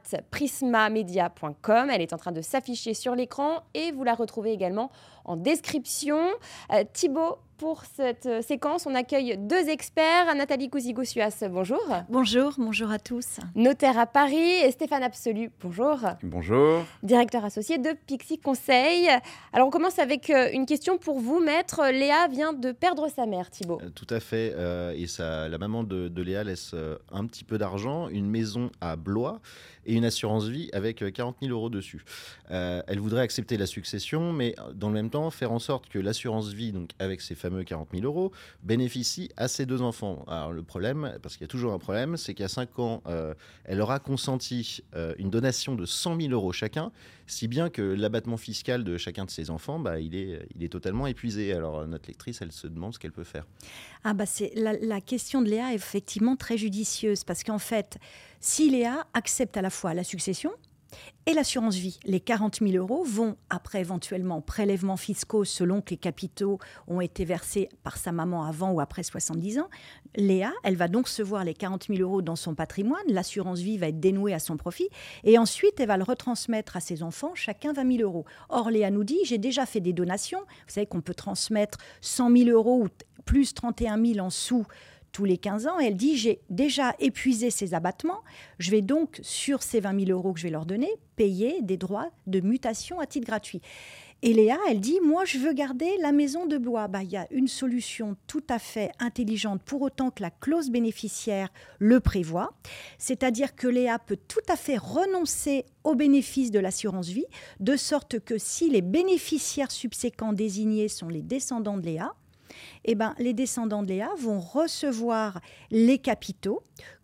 @prismamedia.com. Elle est en train de s'afficher sur l'écran et vous la retrouvez également en description. Thibaut, pour cette séquence, on accueille deux experts. Nathalie Cousigo-Suas, bonjour. Bonjour à tous. Notaire à Paris, et Stéphane Absolu, bonjour. Bonjour. Directeur associé de Pixie Conseil. Alors on commence avec une question pour vous, maître. Léa vient de perdre sa mère, Thibaut. Tout à fait, et la maman de Léa laisse un petit peu d'argent, une maison à Blois et une assurance vie avec 40 000 € dessus. Elle voudrait accepter la succession, mais dans le même temps faire en sorte que l'assurance vie, donc avec ses fameux 40 000 €, bénéficie à ses deux enfants. Alors le problème, parce qu'il y a toujours un problème, c'est qu'à 5 ans, elle aura consenti une donation de 100 000 € chacun, si bien que l'abattement fiscal de chacun de ses enfants, il est totalement épuisé. Alors notre lectrice, elle se demande ce qu'elle peut faire. C'est la question de Léa est effectivement très judicieuse, parce qu'en fait, si Léa accepte à la fois la succession et l'assurance vie, les 40 000 € vont, après éventuellement prélèvements fiscaux selon que les capitaux ont été versés par sa maman avant ou après 70 ans, Léa, elle va donc se voir les 40 000 € dans son patrimoine, l'assurance vie va être dénouée à son profit, et ensuite elle va le retransmettre à ses enfants, chacun 20 000 €. Or, Léa nous dit, j'ai déjà fait des donations, vous savez qu'on peut transmettre 100 000 € ou plus 31 000 en sous tous les 15 ans, et elle dit, j'ai déjà épuisé ces abattements, je vais donc, sur ces 20 000 € que je vais leur donner, payer des droits de mutation à titre gratuit. Et Léa, elle dit, moi, je veux garder la maison de Blois. Il y a une solution tout à fait intelligente, pour autant que la clause bénéficiaire le prévoit. C'est-à-dire que Léa peut tout à fait renoncer au bénéfice de l'assurance vie, de sorte que si les bénéficiaires subséquents désignés sont les descendants de Léa, les descendants de Léa vont recevoir les capitaux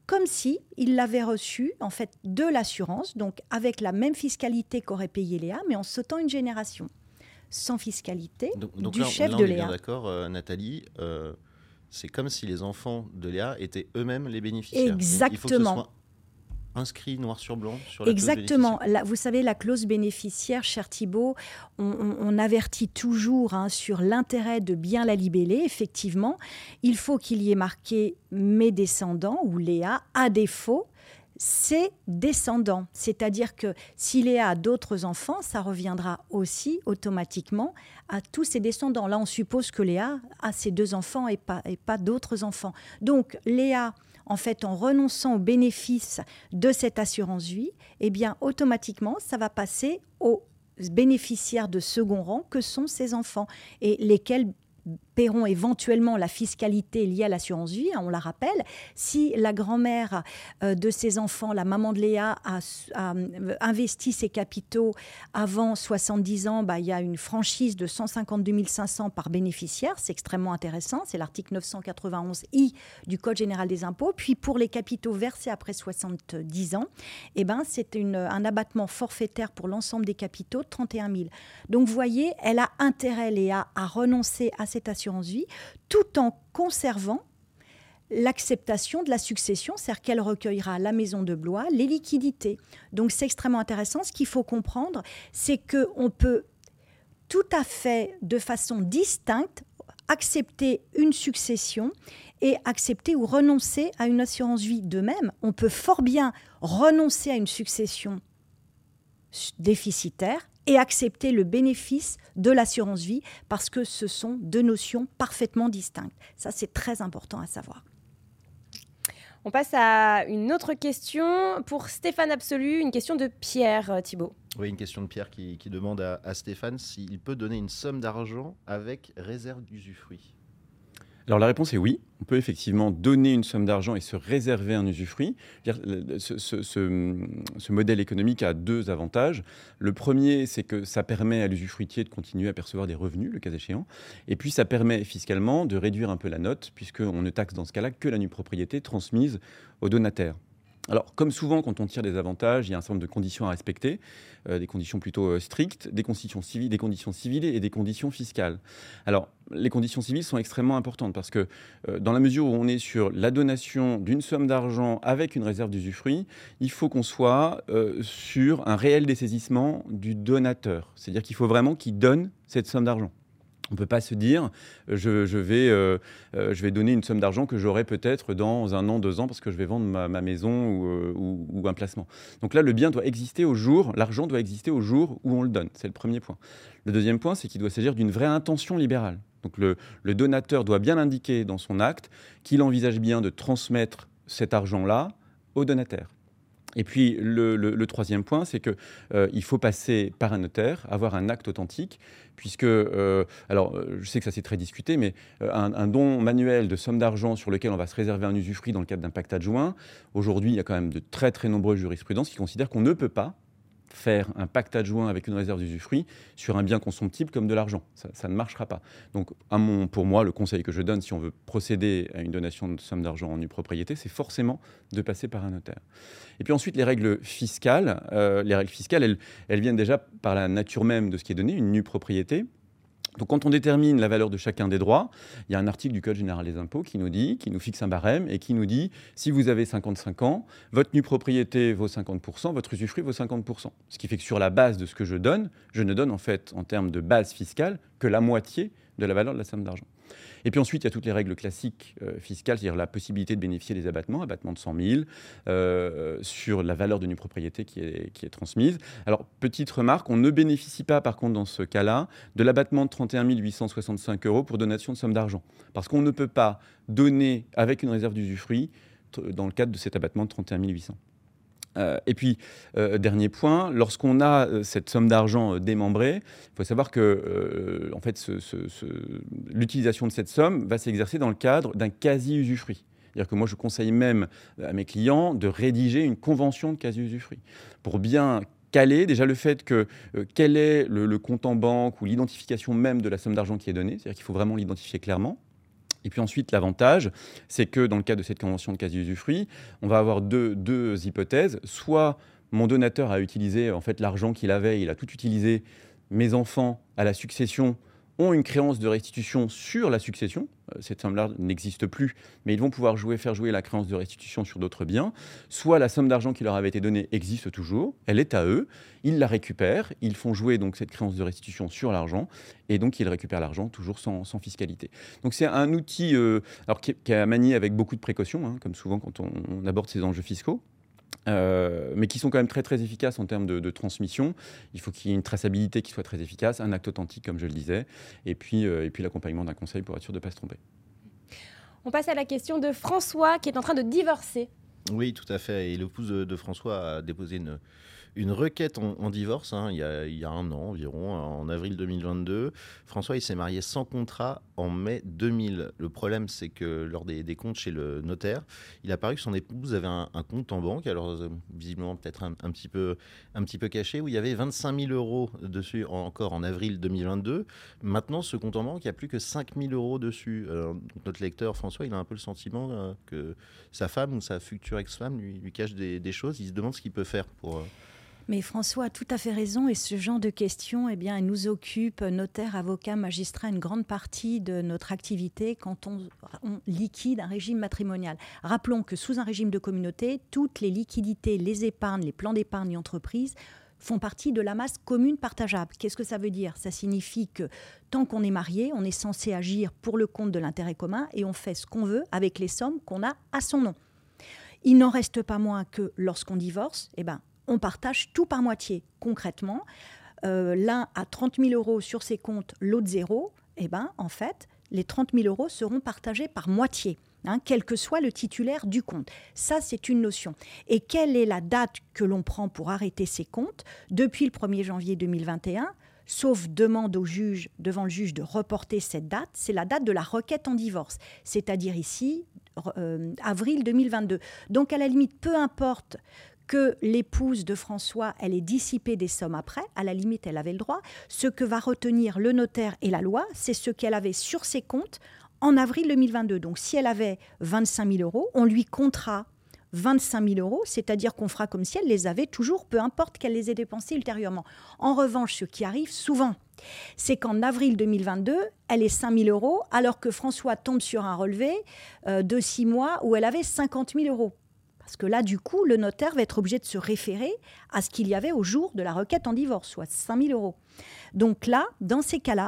comme si il l'avait reçu en fait de l'assurance, donc avec la même fiscalité qu'aurait payé Léa, mais en sautant une génération, sans fiscalité Donc du là, chef là, de on est bien Léa. d'accord, Nathalie, c'est comme si les enfants de Léa étaient eux-mêmes les bénéficiaires. Donc, Exactement. il faut que ce soit inscrit noir sur blanc sur la clause Exactement. bénéficiaire. Vous savez, la clause bénéficiaire, cher Thibault, on avertit toujours sur l'intérêt de bien la libeller. Effectivement, il faut qu'il y ait marqué « mes descendants » ou Léa, à défaut, ses descendants. C'est-à-dire que si Léa a d'autres enfants, ça reviendra aussi automatiquement à tous ses descendants. Là, on suppose que Léa a ses 2 enfants et pas d'autres enfants. Donc, Léa, en fait, en renonçant au bénéfice de cette assurance vie, eh bien, automatiquement, ça va passer aux bénéficiaires de second rang que sont ses enfants et lesquels paieront éventuellement la fiscalité liée à l'assurance vie, on la rappelle. Si la grand-mère de ses enfants, la maman de Léa, a investi ses capitaux avant 70 ans, il y a une franchise de 152 500 par bénéficiaire. C'est extrêmement intéressant. C'est l'article 991I du Code général des impôts. Puis pour les capitaux versés après 70 ans, c'est un abattement forfaitaire pour l'ensemble des capitaux de 31 000. Donc vous voyez, elle a intérêt, Léa, à renoncer à cette assurance vie, tout en conservant l'acceptation de la succession, c'est-à-dire qu'elle recueillera la maison de Blois, les liquidités. Donc c'est extrêmement intéressant. Ce qu'il faut comprendre, c'est qu'on peut tout à fait, de façon distincte, accepter une succession et accepter ou renoncer à une assurance vie. De même, on peut fort bien renoncer à une succession déficitaire et accepter le bénéfice de l'assurance vie parce que ce sont 2 notions parfaitement distinctes. Ça, c'est très important à savoir. On passe à une autre question pour Stéphane Absolu, une question de Pierre, Thibault. Oui, une question de Pierre qui demande à Stéphane s'il peut donner une somme d'argent avec réserve d'usufruit. Alors la réponse est oui, on peut effectivement donner une somme d'argent et se réserver un usufruit. Ce modèle économique a 2 avantages. Le premier, c'est que ça permet à l'usufruitier de continuer à percevoir des revenus, le cas échéant. Et puis ça permet fiscalement de réduire un peu la note, puisqu'on ne taxe dans ce cas-là que la nue propriété transmise au donataire. Alors, comme souvent, quand on tire des avantages, il y a un certain nombre de conditions à respecter, des conditions plutôt strictes, des conditions civiles et des conditions fiscales. Alors, les conditions civiles sont extrêmement importantes parce que dans la mesure où on est sur la donation d'une somme d'argent avec une réserve d'usufruit, il faut qu'on soit sur un réel dessaisissement du donateur. C'est-à-dire qu'il faut vraiment qu'il donne cette somme d'argent. On ne peut pas se dire je vais donner une somme d'argent que j'aurai peut-être dans 1 an, 2 ans parce que je vais vendre ma maison ou un placement. Donc là, le bien doit exister l'argent doit exister au jour où on le donne. C'est le premier point. Le deuxième point, c'est qu'il doit s'agir d'une vraie intention libérale. Donc le donateur doit bien indiquer dans son acte qu'il envisage bien de transmettre cet argent-là au donataire. Et puis le troisième point, c'est qu'il faut passer par un notaire, avoir un acte authentique, puisque, alors je sais que ça c'est très discuté, mais un don manuel de somme d'argent sur lequel on va se réserver un usufruit dans le cadre d'un pacte adjoint, aujourd'hui il y a quand même de très très nombreuses jurisprudences qui considèrent qu'on ne peut pas faire un pacte adjoint avec une réserve d'usufruit sur un bien consomptible comme de l'argent. Ça ne marchera pas. Donc, pour moi, le conseil que je donne, si on veut procéder à une donation de somme d'argent en nue propriété, c'est forcément de passer par un notaire. Et puis ensuite, les règles fiscales, elles viennent déjà par la nature même de ce qui est donné, une nue propriété. Donc, quand on détermine la valeur de chacun des droits, il y a un article du Code général des impôts qui nous fixe un barème et qui nous dit si vous avez 55 ans, votre nue propriété vaut 50%, votre usufruit vaut 50%. Ce qui fait que sur la base de ce que je ne donne en fait, en termes de base fiscale, que la moitié de la valeur de la somme d'argent. Et puis ensuite, il y a toutes les règles classiques fiscales, c'est-à-dire la possibilité de bénéficier des abattement de 100 000, sur la valeur de nue propriété qui est transmise. Alors, petite remarque, on ne bénéficie pas, par contre, dans ce cas-là, de l'abattement de 31 865 € pour donation de somme d'argent. Parce qu'on ne peut pas donner avec une réserve d'usufruit dans le cadre de cet abattement de 31 800. Et puis, dernier point, lorsqu'on a cette somme d'argent démembrée, il faut savoir que en fait, l'utilisation de cette somme va s'exercer dans le cadre d'un quasi-usufruit. C'est-à-dire que moi, je conseille même à mes clients de rédiger une convention de quasi-usufruit pour bien caler déjà le fait que quel est le compte en banque ou l'identification même de la somme d'argent qui est donnée. C'est-à-dire qu'il faut vraiment l'identifier clairement. Et puis ensuite, l'avantage, c'est que dans le cadre de cette convention de quasi-usufruit, on va avoir deux hypothèses. Soit mon donateur a utilisé en fait, l'argent qu'il avait, il a tout utilisé. Mes enfants, à la succession, ont une créance de restitution sur la succession. Cette somme-là n'existe plus, mais ils vont pouvoir faire jouer la créance de restitution sur d'autres biens. Soit la somme d'argent qui leur avait été donnée existe toujours, elle est à eux, ils la récupèrent, ils font jouer donc cette créance de restitution sur l'argent, et donc ils récupèrent l'argent toujours sans fiscalité. Donc c'est un outil qui est à manier avec beaucoup de précautions, hein, comme souvent quand on aborde ces enjeux fiscaux. Mais qui sont quand même très très efficaces en termes de transmission. Il faut qu'il y ait une traçabilité qui soit très efficace, un acte authentique comme je le disais, et puis l'accompagnement d'un conseil pour être sûr de ne pas se tromper. On passe à la question de François qui est en train de divorcer. Oui, tout à fait. Et l'épouse de François a déposé une requête en divorce il y a un an environ, en avril 2022. François, il s'est marié sans contrat en mai 2000. Le problème, c'est que lors des comptes chez le notaire, il a paru que son épouse avait un compte en banque, alors visiblement peut-être un petit peu caché, où il y avait 25 000 euros dessus encore en avril 2022. Maintenant, ce compte en banque, il n'y a plus que 5 000 euros dessus. Notre lecteur, François, il a un peu le sentiment que sa femme ou sa future ex-femme lui cache des choses. Il se demande ce qu'il peut faire pour... Mais François a tout à fait raison, et ce genre de questions, eh bien, elle nous occupe, notaires, avocats, magistrats, une grande partie de notre activité quand on liquide un régime matrimonial. Rappelons que sous un régime de communauté, toutes les liquidités, les épargnes, les plans d'épargne entreprise font partie de la masse commune partageable. Qu'est-ce que ça veut dire ? Ça signifie que tant qu'on est marié, on est censé agir pour le compte de l'intérêt commun et on fait ce qu'on veut avec les sommes qu'on a à son nom. Il n'en reste pas moins que lorsqu'on divorce, eh ben, on partage tout par moitié. Concrètement, l'un a 30 000 euros sur ses comptes, l'autre zéro. Eh ben, en fait, les 30 000 euros seront partagés par moitié, quel que soit le titulaire du compte. Ça, c'est une notion. Et quelle est la date que l'on prend pour arrêter ces comptes ? Depuis le 1er janvier 2021, sauf demande devant le juge de reporter cette date, c'est la date de la requête en divorce, c'est-à-dire ici, avril 2022. Donc, à la limite, peu importe que l'épouse de François, elle ait dissipé des sommes après, à la limite, elle avait le droit. Ce que va retenir le notaire et la loi, c'est ce qu'elle avait sur ses comptes en avril 2022. Donc, si elle avait 25 000 euros, on lui comptera 25 000 euros, c'est-à-dire qu'on fera comme si elle les avait toujours, peu importe qu'elle les ait dépensés ultérieurement. En revanche, ce qui arrive souvent, c'est qu'en avril 2022, elle est 5 000 euros, alors que François tombe sur un relevé de 6 mois où elle avait 50 000 euros. Parce que là, du coup, le notaire va être obligé de se référer à ce qu'il y avait au jour de la requête en divorce, soit 5 000 euros. Donc là, dans ces cas-là,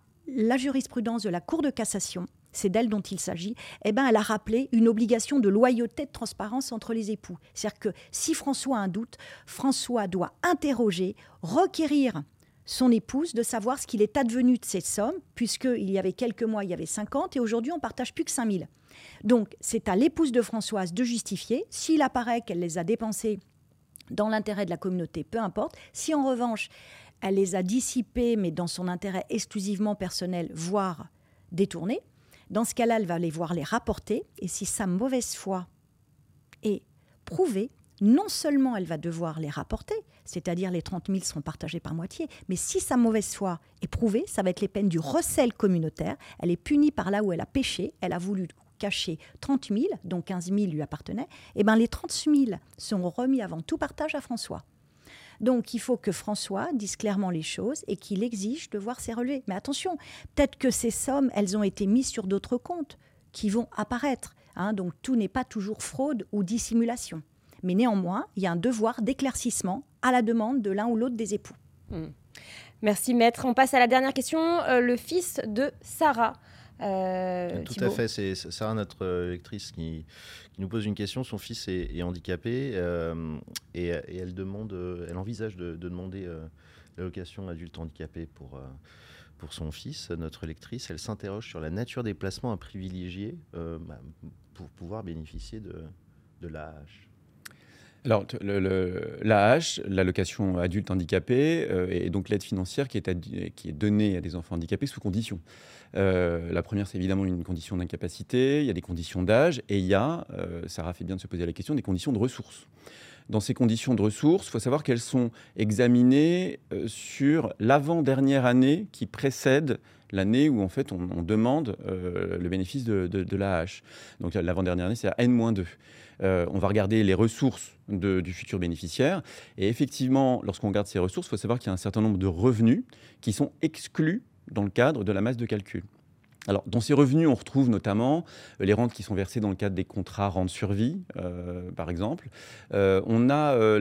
la jurisprudence de la Cour de cassation, c'est d'elle dont il s'agit, elle a rappelé une obligation de loyauté, de transparence entre les époux. C'est-à-dire que si François a un doute, François doit interroger, requérir son épouse de savoir ce qu'il est advenu de ces sommes, puisqu'il y avait quelques mois, il y avait 50, et aujourd'hui, on ne partage plus que 5 000. Donc, c'est à l'épouse de Françoise de justifier. S'il apparaît qu'elle les a dépensés dans l'intérêt de la communauté, peu importe. Si en revanche, elle les a dissipés, mais dans son intérêt exclusivement personnel, voire détournés, dans ce cas-là, elle va les voir les rapporter. Et si sa mauvaise foi est prouvée, non seulement elle va devoir les rapporter, c'est-à-dire les 30 000 seront partagés par moitié, mais si sa mauvaise foi est prouvée, ça va être les peines du recel communautaire. Elle est punie par là où elle a péché, elle a voulu cacher 30 000, dont 15 000 lui appartenaient, et les 30 000 seront remis avant tout partage à François. Donc il faut que François dise clairement les choses et qu'il exige de voir ses relevés. Mais attention, peut-être que ces sommes, elles ont été mises sur d'autres comptes qui vont apparaître. Donc tout n'est pas toujours fraude ou dissimulation. Mais néanmoins, il y a un devoir d'éclaircissement à la demande de l'un ou l'autre des époux. Merci maître. On passe à la dernière question. Le fils de Sarah. Tout à fait, c'est Sarah, notre lectrice, qui nous pose une question. Son fils est handicapé et elle envisage de demander l'allocation adulte handicapé pour son fils. Notre lectrice, elle s'interroge sur la nature des placements à privilégier pour pouvoir bénéficier de l'AAH. Alors, l'AAH, l'allocation adulte handicapé, est donc l'aide financière qui est donnée à des enfants handicapés sous conditions. La première, c'est évidemment une condition d'incapacité, il y a des conditions d'âge, et il y a, Sarah fait bien de se poser la question, des conditions de ressources. Dans ces conditions de ressources, il faut savoir qu'elles sont examinées sur l'avant-dernière année qui précède l'année où en fait on demande le bénéfice de l'AAH. Donc l'avant-dernière année, c'est à N-2. On va regarder les ressources du futur bénéficiaire. Et effectivement, lorsqu'on regarde ces ressources, il faut savoir qu'il y a un certain nombre de revenus qui sont exclus dans le cadre de la masse de calcul. Alors, dans ces revenus, on retrouve notamment les rentes qui sont versées dans le cadre des contrats rente sur vie, par exemple. On a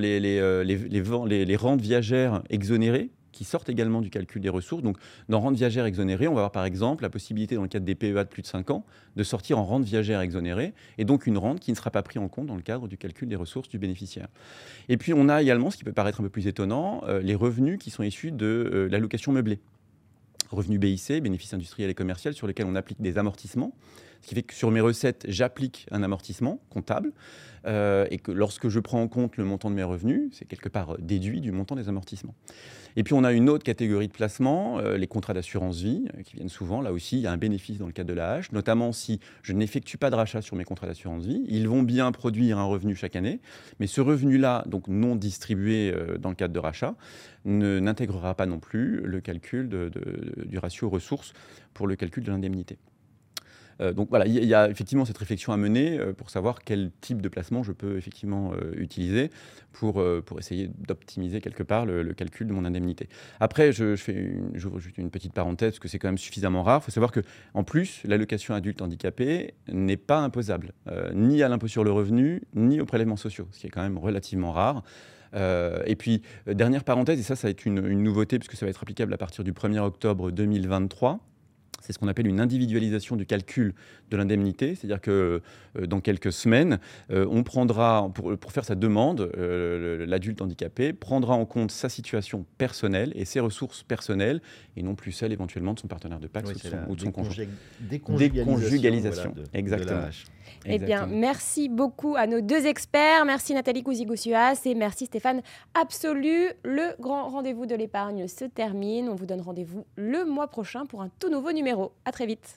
les rentes viagères exonérées, qui sortent également du calcul des ressources. Donc, dans rente viagère exonérée, on va avoir par exemple la possibilité, dans le cadre des PEA de plus de 5 ans, de sortir en rente viagère exonérée, et donc une rente qui ne sera pas prise en compte dans le cadre du calcul des ressources du bénéficiaire. Et puis, on a également, ce qui peut paraître un peu plus étonnant, les revenus qui sont issus de l'allocation meublée. Revenu BIC, bénéfice industriel et commercial, sur lesquels on applique des amortissements. Ce qui fait que sur mes recettes, j'applique un amortissement comptable et que lorsque je prends en compte le montant de mes revenus, c'est quelque part déduit du montant des amortissements. Et puis on a une autre catégorie de placements, les contrats d'assurance vie, qui viennent souvent. Là aussi, il y a un bénéfice dans le cadre de l'AAH, notamment si je n'effectue pas de rachat sur mes contrats d'assurance vie. Ils vont bien produire un revenu chaque année, mais ce revenu-là, donc non distribué dans le cadre de rachat, n'intégrera pas non plus le calcul du ratio ressources pour le calcul de l'indemnité. Donc voilà, il y a effectivement cette réflexion à mener pour savoir quel type de placement je peux effectivement utiliser pour essayer d'optimiser quelque part le calcul de mon indemnité. Après, j'ouvre juste une petite parenthèse parce que c'est quand même suffisamment rare. Il faut savoir qu'en plus, l'allocation adulte handicapé n'est pas imposable, ni à l'impôt sur le revenu, ni aux prélèvements sociaux, ce qui est quand même relativement rare. Et puis, dernière parenthèse, et ça va être une nouveauté puisque ça va être applicable à partir du 1er octobre 2023. C'est ce qu'on appelle une individualisation du calcul de l'indemnité. C'est-à-dire que dans quelques semaines, on prendra, pour faire sa demande, l'adulte handicapé prendra en compte sa situation personnelle et ses ressources personnelles, et non plus celles éventuellement de son partenaire de PACS ou de son conjoint. Déconjugalisation, voilà, exactement. Eh bien, merci beaucoup à nos deux experts. Merci Nathalie Cousy-Goussias et merci Stéphane Absolu. Le grand rendez-vous de l'épargne se termine. On vous donne rendez-vous le mois prochain pour un tout nouveau numéro. À très vite.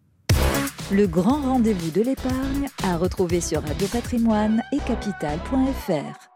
Le grand rendez-vous de l'épargne à retrouver sur Radio Patrimoine et Capital.fr.